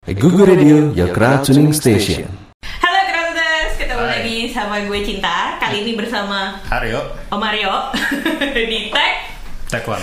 Google Radio, your crowd tuning station. Halo Crowders, ketemu lagi sama gue Cinta. Kali ini bersama Aryo, Om Aryo di Tech One.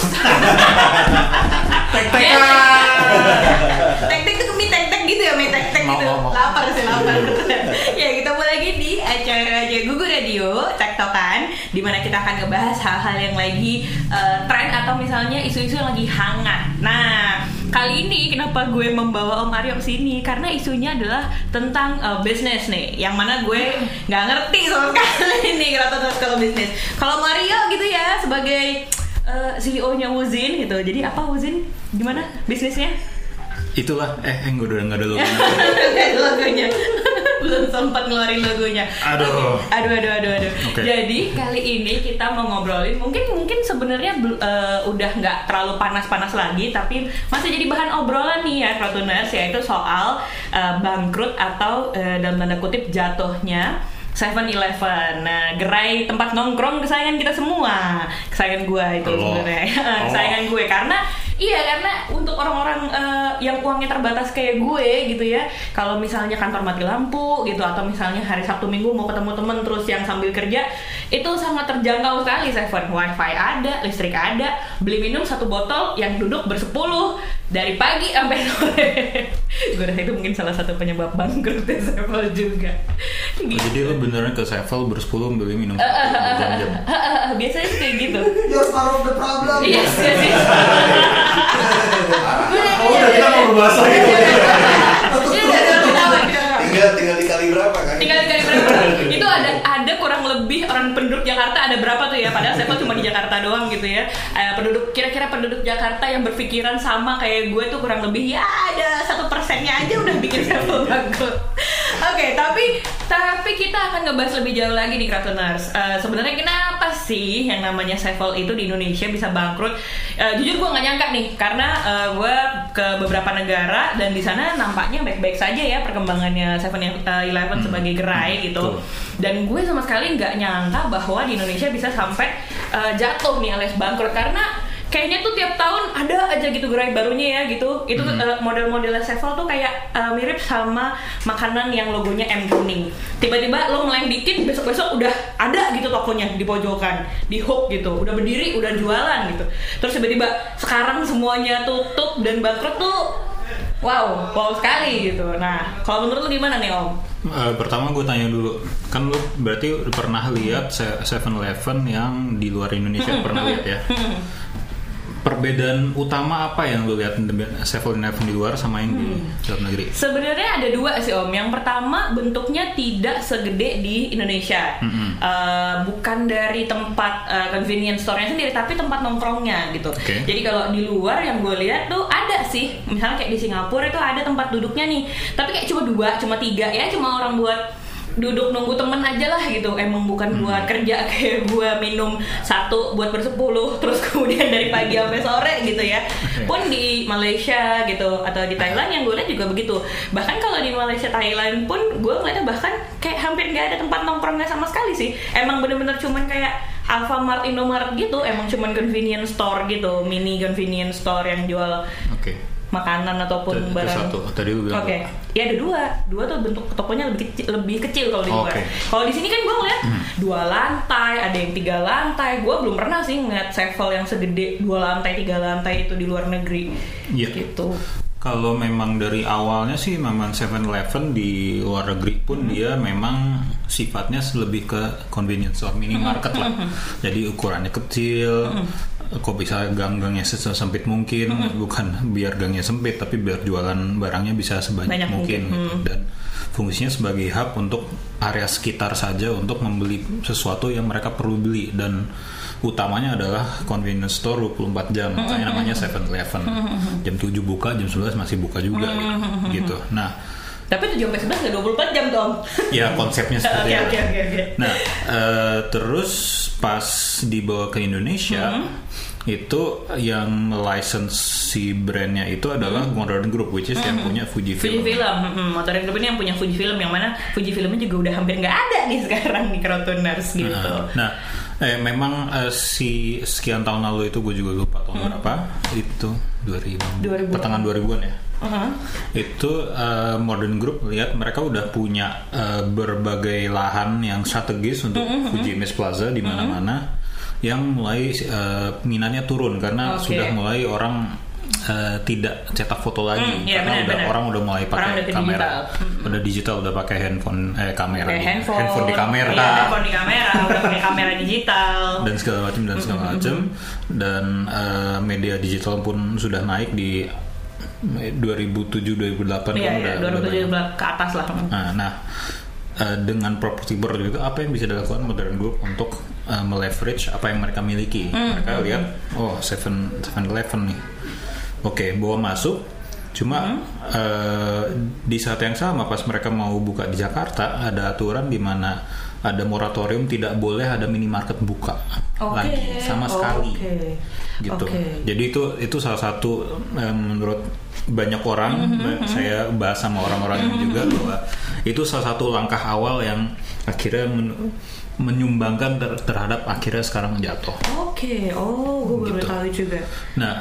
Tek itu mie tek gitu ya, mie tek gitu. Lapar. Ya, kita mulai lagi di acara Google Radio Tektokan, di mana kita akan ngebahas hal-hal yang lagi tren atau misalnya isu-isu yang lagi hangat. Nah, kali ini kenapa gue membawa Om Aryo kesini? Karena isunya adalah tentang bisnis nih, yang mana gue nggak ngerti sama sekali nih kalau bisnis. Kalau Mario gitu ya, sebagai CEO-nya Wuzin gitu. Jadi apa Wuzin? Gimana bisnisnya? Itulah, gue udah nggak ada logo. Nggak ada logonya. Belum sempat ngeluarin logonya. Aduh. Okay. Jadi kali ini kita mau ngobrolin, mungkin sebenarnya udah nggak terlalu panas-panas lagi, tapi masih jadi bahan obrolan nih ya, Crowdtuners, yaitu soal bangkrut atau dalam tanda kutip jatuhnya 7-Eleven. Nah, gerai tempat nongkrong kesayangan kita semua. Kesayangan gue itu sebenarnya. Kesayangan gue karena untuk orang-orang yang uangnya terbatas kayak gue gitu ya. Kalau misalnya kantor mati lampu gitu, atau misalnya hari Sabtu Minggu mau ketemu temen terus yang sambil kerja, itu sangat terjangkau sekali. Seven, wifi ada, listrik ada, beli minum 1 botol yang duduk bersepuluh dari pagi sampai sore. Gue rasa itu mungkin salah satu penyebab bangkrutnya Sevel juga. Gitu. Jadi lo beneran ke Sevel bersepuluh beli minum jam-jam? Biasanya sih kayak gitu. You're part of the problem. Yes. Kita mau berbahasa gitu. Tinggal dikali berapa kan? Tinggal dikali berapa? Itu ada kurang lebih orang penduduk Jakarta ada berapa tuh ya? Padahal saya cuma di Jakarta doang gitu ya. Kira-kira penduduk Jakarta yang berpikiran sama kayak gue tuh kurang lebih ya ada 1%-nya aja udah bikin saya bangkrut. Oke, tapi kita akan ngebahas lebih jauh lagi nih Crowdtuners. Sebenarnya kenapa sih yang namanya Sevel itu di Indonesia bisa bangkrut? Jujur gue nggak nyangka nih, karena gue ke beberapa negara dan di sana nampaknya baik-baik saja ya perkembangannya 7-Eleven sebagai gerai gitu. Dan gue sama sekali nggak nyangka bahwa di Indonesia bisa sampai jatuh nih alias bangkrut, karena kayaknya tuh tiap tahun ada aja gitu gerai barunya ya gitu. Itu model-model Sevel tuh kayak mirip sama makanan yang logonya M kuning. Tiba-tiba lo meleng dikit, besok-besok udah ada gitu tokonya di pojokan, di hook gitu. Udah berdiri, udah jualan gitu. Terus tiba-tiba sekarang semuanya tutup dan bangkrut tuh wow sekali gitu. Nah, kalau menurut lo gimana nih Om? Pertama gue tanya dulu, kan lo berarti pernah lihat 7-Eleven yang di luar Indonesia pernah lihat ya? Perbedaan utama apa yang lo lihat 7-Eleven di luar sama yang di dalam negeri? Sebenarnya ada 2 sih Om. Yang pertama, bentuknya tidak segede di Indonesia. Bukan dari tempat convenience store-nya sendiri, tapi tempat nongkrongnya gitu. Okay. Jadi kalau di luar yang gue lihat tuh ada sih, misalnya kayak di Singapura itu ada tempat duduknya nih, tapi kayak cuma 2, cuma 3 ya, cuma orang buat duduk nunggu temen aja lah gitu. Emang bukan buat kerja kayak gue minum 1 buat bersepuluh terus kemudian dari pagi sampai sore gitu ya. Pun di Malaysia gitu atau di Thailand yang gue lihat juga begitu. Bahkan kalau di Malaysia Thailand pun gue ngeliatnya bahkan kayak hampir nggak ada tempat nongkrongnya sama sekali sih. Emang bener-bener cuman kayak Alfamart, Indomaret gitu. Emang cuman convenience store gitu, mini convenience store yang jual makanan ataupun barang. Satu tadi lu bilang. Oke. Ya ada 2 tuh bentuk tokonya lebih kecil kalau di luar. Kalau di sini kan gue ngeliat 2 lantai, ada yang 3 lantai. Gue belum pernah sih ngeliat Sevel yang segede 2 lantai, 3 lantai itu di luar negeri. Gitu. Kalau memang dari awalnya sih memang 7-Eleven di luar negeri pun dia memang sifatnya lebih ke convenience store, minimarket lah. Jadi ukurannya kecil. Kok bisa gang-gangnya sesempit mungkin, bukan biar gangnya sempit tapi biar jualan barangnya bisa sebanyak mungkin gitu. Dan fungsinya sebagai hub untuk area sekitar saja untuk membeli sesuatu yang mereka perlu beli, dan utamanya adalah convenience store 24 jam. Makanya namanya 7-Eleven. Jam 7 buka, jam 11 masih buka juga gitu. Nah, tapi 7 sampai 11 nggak 24 jam dong. Ya konsepnya seperti itu. Okay. Nah, terus pas dibawa ke Indonesia, itu yang license si brandnya itu adalah Modern Group, which is yang punya Fujifilm. Modern Group ini yang punya Fujifilm, yang mana Fujifilmnya juga udah hampir nggak ada nih sekarang di Crowdtuners gitu. Memang si sekian tahun lalu itu gue juga lupa tahun berapa itu 2000 pertengahan 2000-an ya. Itu Modern Group lihat mereka udah punya berbagai lahan yang strategis untuk Fuji Image Plaza di mana-mana, yang mulai minatnya turun karena sudah mulai orang tidak cetak foto lagi karena orang udah mulai pakai kamera, udah digital, udah pakai handphone handphone di kamera, udah pakai kamera digital dan segala macam dan media digital pun sudah naik di 2007-2008 kan udah 2007 ke atas lah. Nah, dengan property board itu apa yang bisa dilakukan Modern Group untuk meleverage apa yang mereka miliki? Mereka lihat 7-Eleven nih. Oke, bawa masuk. Cuma di saat yang sama pas mereka mau buka di Jakarta ada aturan di mana ada moratorium tidak boleh ada minimarket buka lagi sama sekali. Gitu. Jadi itu salah satu menurut banyak orang, saya bahas sama orang-orang juga bahwa itu salah satu langkah awal yang akhirnya menyumbangkan terhadap akhirnya sekarang jatuh. Gue baru tahu juga. Nah,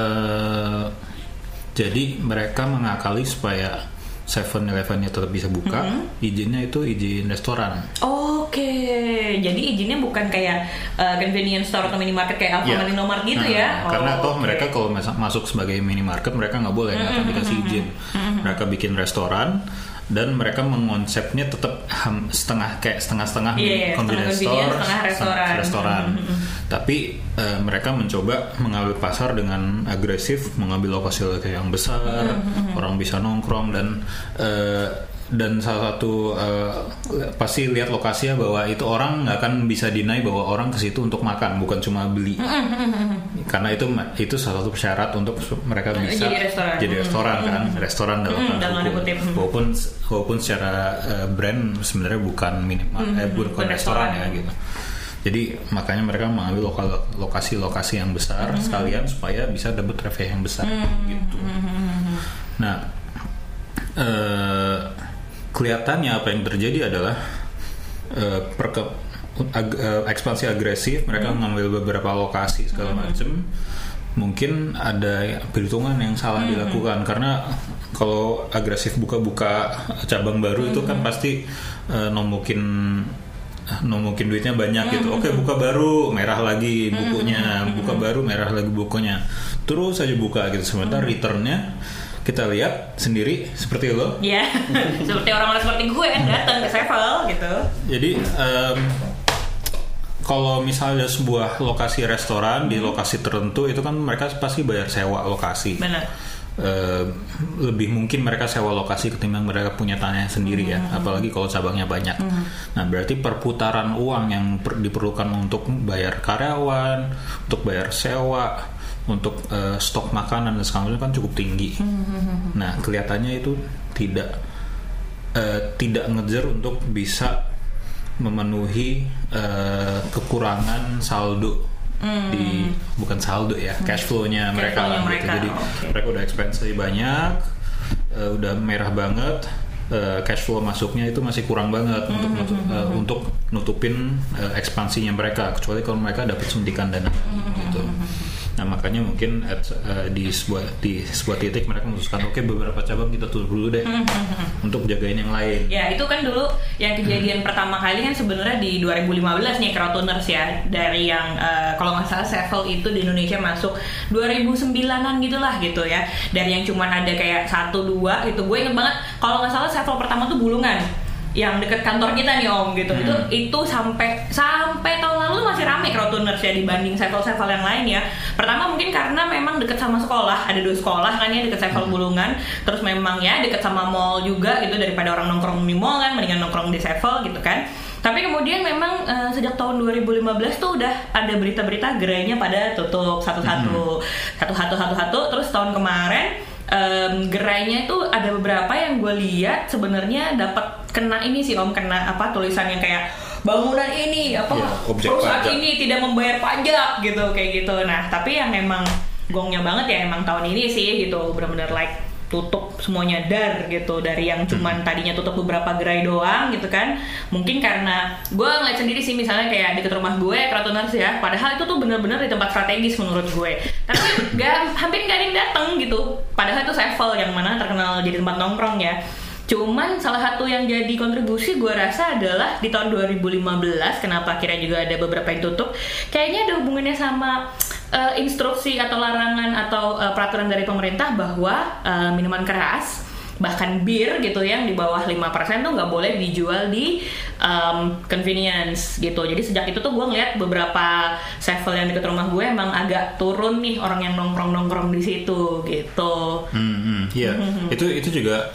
jadi mereka mengakali supaya 7-Eleven-nya tetap bisa buka, izinnya itu izin restoran. Jadi izinnya bukan kayak convenience store atau minimarket kayak Alfamart, Indomart gitu ya? Karena toh mereka kalau masuk sebagai minimarket mereka nggak boleh, nggak akan dikasih izin. Mereka bikin restoran dan mereka mengonsepnya tetap setengah convenience store, setengah restoran. Tapi mereka mencoba mengambil pasar dengan agresif, mengambil lokasi yang besar, orang bisa nongkrong dan salah satu pasti lihat lokasinya bahwa itu orang nggak akan bisa deny bahwa orang ke situ untuk makan, bukan cuma beli. Karena itu salah satu syarat untuk mereka bisa jadi restoran kan, restoran dalam hukum. Walaupun secara brand sebenarnya bukan bukan restoran ya gitu. Jadi makanya mereka mengambil lokasi-lokasi yang besar sekalian supaya bisa dapat revenue yang besar gitu. Nah, kelihatannya apa yang terjadi adalah ekspansi agresif. Mereka mengambil beberapa lokasi segala macam. Mungkin ada perhitungan yang salah dilakukan karena kalau agresif buka-buka cabang baru itu kan pasti nomokin duitnya banyak gitu. Oke, buka baru merah lagi bukunya, buka baru merah lagi bukunya, terus aja buka gitu. Sementara returnnya kita lihat sendiri seperti lo. Iya, seperti orang-orang seperti gue datang ke Sevel gitu. Jadi kalau misalnya sebuah lokasi restoran di lokasi tertentu itu kan mereka pasti bayar sewa lokasi. Benar. Lebih mungkin mereka sewa lokasi ketimbang mereka punya tanah sendiri ya, apalagi kalau cabangnya banyak. Nah, berarti perputaran uang yang diperlukan untuk bayar karyawan, untuk bayar sewa, untuk stok makanan dan segala macam kan cukup tinggi. Nah, kelihatannya itu tidak ngejar untuk bisa memenuhi kekurangan saldo bukan saldo ya, cash flow-nya mereka gitu. Jadi mereka udah ekspansi banyak, udah merah banget, cash flow masuknya itu masih kurang banget untuk nutupin ekspansinya mereka, kecuali kalau mereka dapat suntikan dana gitu. Nah, makanya mungkin di sebuah titik mereka memutuskan oke, beberapa cabang kita tutup dulu deh untuk jagain yang lain. Ya, itu kan dulu yang kejadian pertama kali kan sebenarnya di 2015 nih, Crowdtuners ya, dari yang kalau nggak salah Sevel itu di Indonesia masuk 2009an gitulah gitu ya, dari yang cuman ada kayak 1-2 gitu. Gue inget banget kalau nggak salah Sevel pertama tuh Bulungan yang deket kantor kita nih Om gitu. Itu sampai tahun lalu masih ramai Crowdtuners ya dibanding Sevel yang lain ya. Pertama mungkin karena memang deket sama sekolah, ada 2 sekolah kan ya deket Sevel Bulungan. Terus memang ya deket sama mall juga gitu, daripada orang nongkrong di mall kan mendingan nongkrong di Sevel gitu kan. Tapi kemudian memang sejak tahun 2015 tuh udah ada berita-berita gerainya pada tutup satu-satu. Terus tahun kemarin gerainya itu ada beberapa yang gue lihat sebenarnya dapat kena ini sih Om, kena apa tulisannya kayak bangunan ini perusahaan pajak ini tidak membayar pajak gitu kayak gitu. Nah, tapi yang emang gongnya banget ya emang tahun ini sih gitu, benar-benar like tutup semuanya gitu, dari yang cuman tadinya tutup beberapa gerai doang gitu kan. Mungkin karena gue ngeliat sendiri sih, misalnya kayak deket rumah gue Kratoners ya, padahal itu tuh bener-bener di tempat strategis menurut gue, tapi hampir nggak ada yang dateng gitu, padahal itu Sevel yang mana terkenal jadi tempat nongkrong ya. Cuman salah satu yang jadi kontribusi gue rasa adalah di tahun 2015 kenapa akhirnya juga ada beberapa yang tutup, kayaknya ada hubungannya sama instruksi atau larangan atau peraturan dari pemerintah bahwa minuman keras bahkan bir gitu yang di bawah 5% tuh nggak boleh dijual di convenience gitu. Jadi sejak itu tuh gue ngeliat beberapa Sevel yang deket rumah gue emang agak turun nih orang yang nongkrong di situ gitu. Iya, itu juga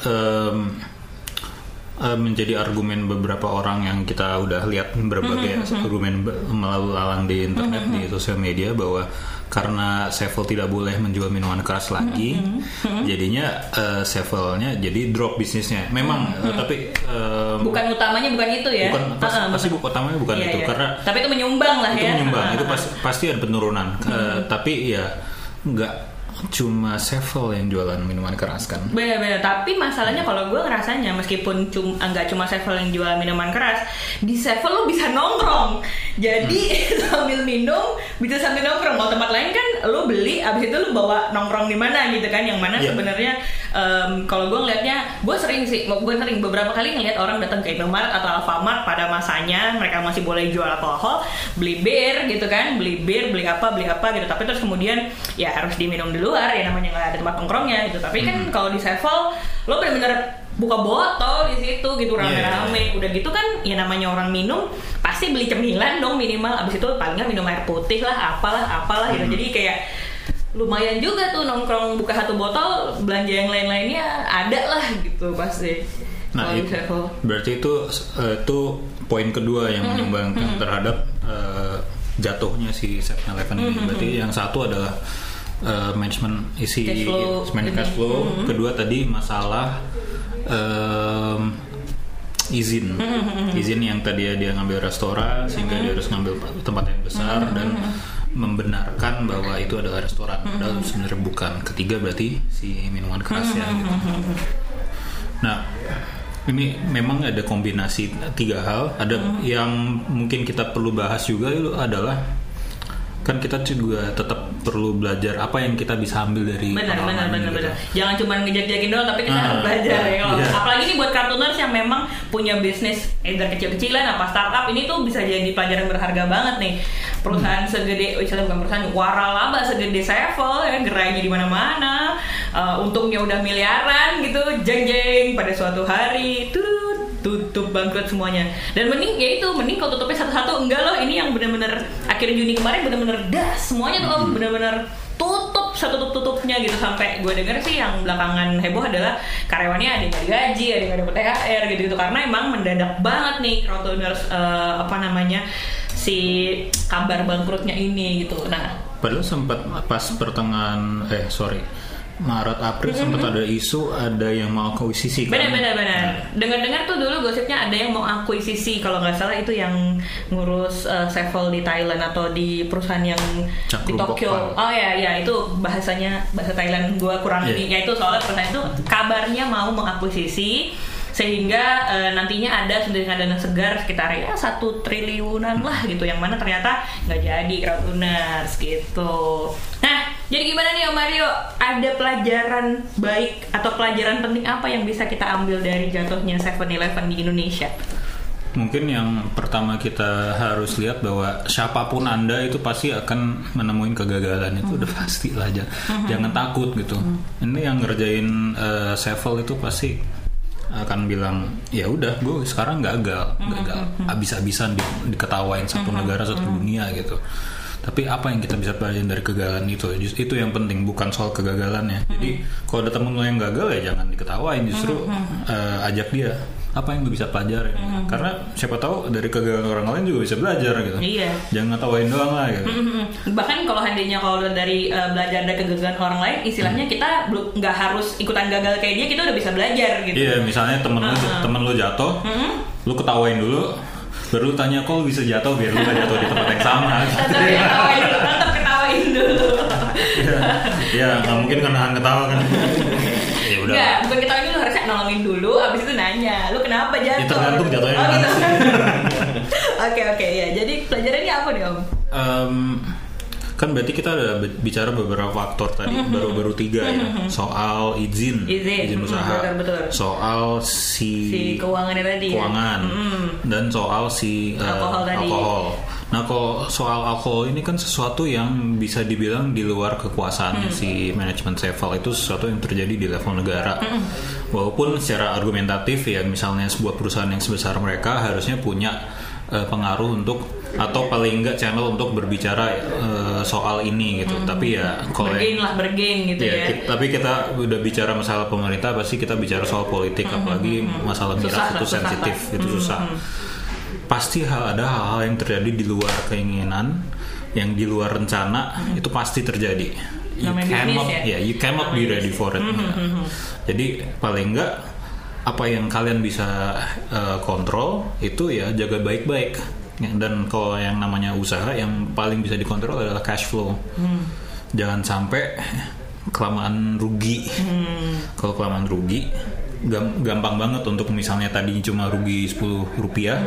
menjadi argumen beberapa orang yang kita udah lihat berbagai argumen melalang di internet, di sosial media, bahwa karena Sevel tidak boleh menjual minuman keras lagi, jadinya Sevelnya jadi drop bisnisnya. Memang tapi bukan utamanya bukan itu ya. Pasti utamanya bukan itu. Karena tapi itu menyumbang lah ya. Itu pasti ada penurunan. Tapi ya nggak cuma Sevel yang jualan minuman keras kan. Benar-benar. Tapi masalahnya kalau gue ngerasanya meskipun nggak cuma Sevel yang jualan minuman keras, di Sevel lo bisa nongkrong. Jadi sambil minum bisa sambil nongkrong. Kalau tempat lain kan lo beli, abis itu lo bawa nongkrong di mana gitu kan? Yang mana sebenarnya kalau gue ngelihatnya, gue sering beberapa kali ngelihat orang datang ke Indomaret atau Alfamart pada masanya mereka masih boleh jual alkohol, beli bir gitu kan, beli apa gitu. Tapi terus kemudian ya harus diminum di luar ya, namanya nggak ada tempat nongkrongnya gitu. Tapi kan kalau di Sevel lo benar-benar buka botol di situ gitu rame-rame. Udah gitu kan ya namanya orang minum pasti beli cemilan dong minimal. Abis itu paling nggak minum air putih lah, apalah gitu. Jadi kayak lumayan juga tuh nongkrong, buka satu botol, belanja yang lain-lainnya ada lah gitu pasti. Nah itu berarti itu poin kedua yang menyumbangkan terhadap jatuhnya si 7-Eleven ini. Berarti yang satu adalah manajemen cash flow. Kedua tadi masalah izin yang tadi dia ngambil restoran sehingga dia harus ngambil tempat yang besar dan membenarkan bahwa itu adalah restoran, padahal sebenarnya bukan. Ketiga berarti si minuman keras ya gitu. Nah ini memang ada kombinasi tiga hal. Ada yang mungkin kita perlu bahas juga itu adalah kan kita juga tetap perlu belajar apa yang kita bisa ambil dari benar. Jangan cuma ngejek-jekin doang, tapi kita harus belajar ya. Apalagi ini buat Kratoners yang memang punya bisnis either kecil-kecilan apa startup, ini tuh bisa jadi pelajaran berharga banget nih. Perusahaan segede, misalnya bukan perusahaan, waralaba segede Sevel ya, gerainya di mana-mana, untungnya udah miliaran gitu, jeng-jeng pada suatu hari tutup bangkrut semuanya. Dan mending kalau tutupnya satu-satu, enggak loh, ini yang benar-benar akhir Juni kemarin benar-benar das semuanya tuh benar-benar tutup satu tutupnya gitu. Sampai gue dengar sih yang belakangan heboh adalah karyawannya ada yang nggak digaji, ada yang nggak dapat THR gitu karena emang mendadak banget nih Kratoners si kabar bangkrutnya ini gitu. Nah padahal sempat pas pertengahan Maret April sempat ada isu ada yang mau akuisisi kan? Benar. Dengar-dengar tuh dulu gosipnya ada yang mau akuisisi, kalau nggak salah itu yang ngurus Sevel di Thailand atau di perusahaan yang di Tokyo. Oh ya itu bahasa Thailand gue kurang ini. Ya itu soalnya perusahaan itu kabarnya mau mengakuisisi sehingga nantinya ada suntikan dana segar sekitar 1 triliunan lah gitu, yang mana ternyata nggak jadi Kratoners gitu. Nah jadi gimana nih Om Mario, ada pelajaran baik atau pelajaran penting apa yang bisa kita ambil dari jatuhnya 7-Eleven di Indonesia? Mungkin yang pertama kita harus lihat bahwa siapapun Anda itu pasti akan menemuin kegagalan, itu udah pasti lah, jangan takut gitu. Ini yang ngerjain Sevel itu pasti akan bilang ya udah gue sekarang gagal abis-abisan diketawain satu negara satu dunia gitu. Tapi apa yang kita bisa pelajari dari kegagalan itu yang penting, bukan soal kegagalannya. Jadi kalau ada temen lo yang gagal ya jangan diketawain, justru ajak dia apa yang lo bisa pelajari. Karena siapa tahu dari kegagalan orang lain juga bisa belajar gitu. Iya. Jangan ngetawain doang lah gitu. Bahkan kalau dari belajar dari kegagalan orang lain, istilahnya kita nggak harus ikutan gagal kayak dia, kita udah bisa belajar gitu. Iya, misalnya temen lo jatuh, lo ketawain dulu, baru tanya kok bisa jatuh biar lu gak jatuh di tempat yang sama. Tetap ketawain dulu. Ya nggak mungkin kan nahan ketawa kan. Ya udah. Enggak, bukan ketawain dulu, harusnya nolongin dulu, abis itu nanya, lu kenapa jatuh? Ya, tergantung jatuhnya Oh, di gitu. mana. Oke, ya. Jadi pelajarannya apa nih Om? Kan berarti kita ada bicara beberapa faktor tadi, baru 3 ya. Soal izin usaha, betul. soal si keuangannya tadi keuangan, dan soal si alkohol tadi. Nah, kalau soal alkohol ini kan sesuatu yang bisa dibilang di luar kekuasaan si manajemen Sevel, itu sesuatu yang terjadi di level negara. Walaupun secara argumentatif ya, misalnya sebuah perusahaan yang sebesar mereka harusnya punya pengaruh untuk, atau paling enggak channel untuk berbicara soal ini gitu. Tapi ya kalau bergain gitu ya. Tapi kita udah bicara masalah pemerintah, pasti kita bicara soal politik, apalagi masalah miras itu sensitif, itu susah. Pasti ada hal-hal yang terjadi di luar keinginan, yang di luar rencana, itu pasti terjadi. You cannot be ready for it. Jadi paling enggak apa yang kalian bisa kontrol itu ya jaga baik-baik. Dan kalau yang namanya usaha, yang paling bisa dikontrol adalah cash flow. Jangan sampai kelamaan rugi. Kalau kelamaan rugi, gampang banget untuk misalnya tadi cuma rugi 10 rupiah,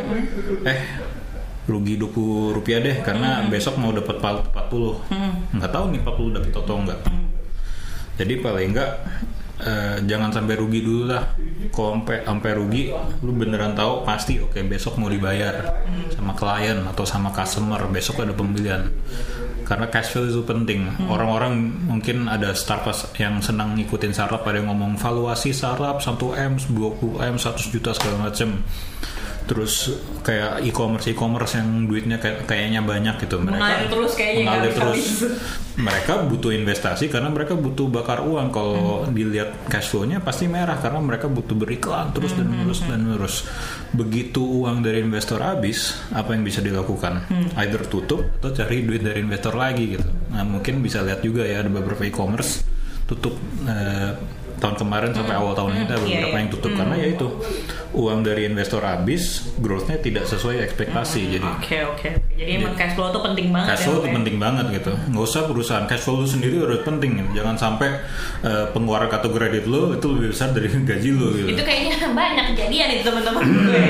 rugi 20 rupiah deh karena besok mau dapat 40. Nggak tahu nih 40 dapat atau enggak. Jadi paling enggak jangan sampai rugi dulu lah. Kalau sampai rugi, lu beneran tahu pasti besok mau dibayar sama klien atau sama customer, besok ada pembelian. Karena cash flow itu penting. Orang-orang mungkin ada startup yang senang ngikutin startup, pada yang ngomong valuasi startup 1M, 20M, 100 juta segala macem. Terus kayak e-commerce yang duitnya kayaknya banyak gitu, mengalir terus kayaknya. Mereka butuh investasi karena mereka butuh bakar uang. Kalau dilihat cash flow-nya pasti merah karena mereka butuh beriklan terus dan menerus. Begitu uang dari investor habis, apa yang bisa dilakukan? Either tutup atau cari duit dari investor lagi gitu. Nah, mungkin bisa lihat juga ya, ada beberapa e-commerce tutup tahun kemarin sampai awal tahun ini ada beberapa yang tutup karena ya itu uang dari investor habis, growth-nya tidak sesuai ekspektasi. Jadi jadi emang cash flow itu penting banget. Cash flow itu penting banget gitu. Nggak usah perusahaan, cash flow lu sendiri harus penting gitu. Jangan sampai pengeluaran kartu kredit lu itu lebih besar dari gaji lu gitu. Itu kayaknya banyak kejadian itu teman-teman gue.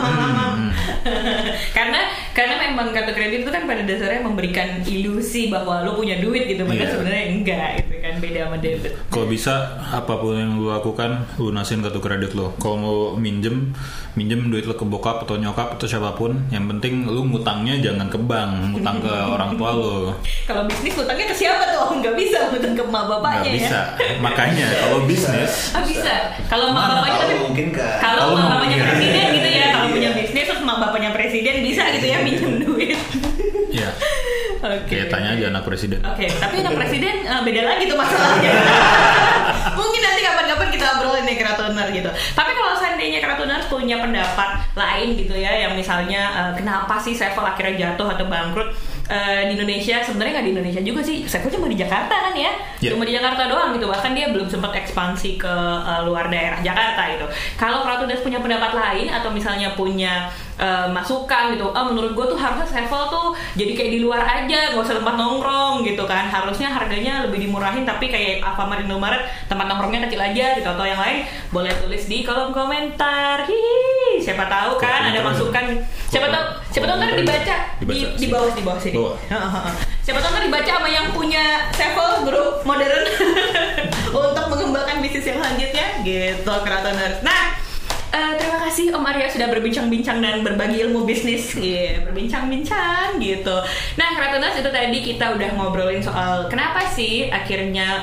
karena memang kartu kredit itu kan pada dasarnya memberikan ilusi bahwa lu punya duit gitu, padahal sebenarnya enggak gitu kan, beda sama debit. Kalau bisa apapun yang lu lakukan, lunasin kartu kredit lu. Kalau mau minjem duit lu ke bokap atau nyokap atau siapapun, yang penting lu ngutangnya jangan ke bank, ngutang ke orang tua lu. Kalau bisnis ngutangnya ke siapa tuh? Nggak bisa ngutang ke emak bapaknya. Nggak bisa. Makanya kalau bisnis bisa. Kalau emak bapaknya kalau emak bapaknya presiden gitu ya, kalau punya bisnis terus emak bapaknya presiden bisa gitu ya minjem duit. Iya. Ya tanya aja anak presiden. Tapi anak presiden beda lagi tuh masalahnya. Mungkin nanti kapan-kapan kita obrolin nih Keratoner gitu. Tapi kalau seandainya Keratoner punya pendapat lain gitu ya, yang misalnya kenapa sih Sevel akhirnya jatuh atau bangkrut di Indonesia, sebenarnya nggak di Indonesia juga sih, Sevel cuma di Jakarta kan ya, cuma di Jakarta doang gitu, bahkan dia belum sempat ekspansi ke luar daerah Jakarta gitu. Kalau Keratoner punya pendapat lain atau misalnya punya masukan gitu, menurut gue tuh harusnya Sevel tuh jadi kayak di luar aja, gak usah tempat nongkrong gitu kan, harusnya harganya lebih dimurahin tapi kayak Alfamart, Indomaret tempat nongkrongnya kecil aja gitu, atau yang lain boleh tulis di kolom komentar. Hihi, siapa tahu kan ada masukan, siapa tahu ntar dibaca di bawah sini. Siapa tahu ntar dibaca sama yang punya Sevel grup modern untuk mengembangkan bisnis yang selanjutnya gitu, Keratoners. Nah, terima kasih Om Arya sudah berbincang-bincang dan berbagi ilmu bisnis, berbincang-bincang gitu. Nah, Keratoners, itu tadi kita udah ngobrolin soal kenapa sih akhirnya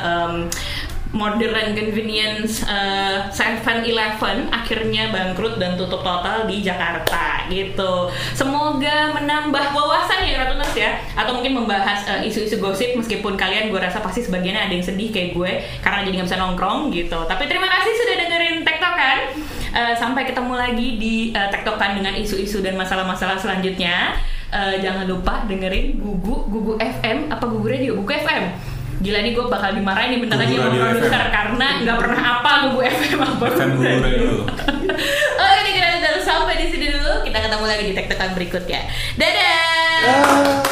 modern convenience 7-Eleven akhirnya bangkrut dan tutup total di Jakarta gitu. Semoga menambah wawasan ya Keratoners ya, atau mungkin membahas isu-isu gosip, meskipun kalian gue rasa pasti sebagiannya ada yang sedih kayak gue karena jadi nggak bisa nongkrong gitu. Tapi terima kasih sudah dengerin Tektokan. Sampai ketemu lagi di Tektokan dengan isu-isu dan masalah-masalah selanjutnya. Jangan lupa dengerin Gugu FM apa Gugu Radio? Gugu FM. Gila nih gue bakal dimarahin nih bentar lagi sama produser karena nggak pernah apa Gugu FM apa Gugu Radio. Oke, kita sampai di sini dulu. Kita ketemu lagi di Tektokan berikutnya. Dadah.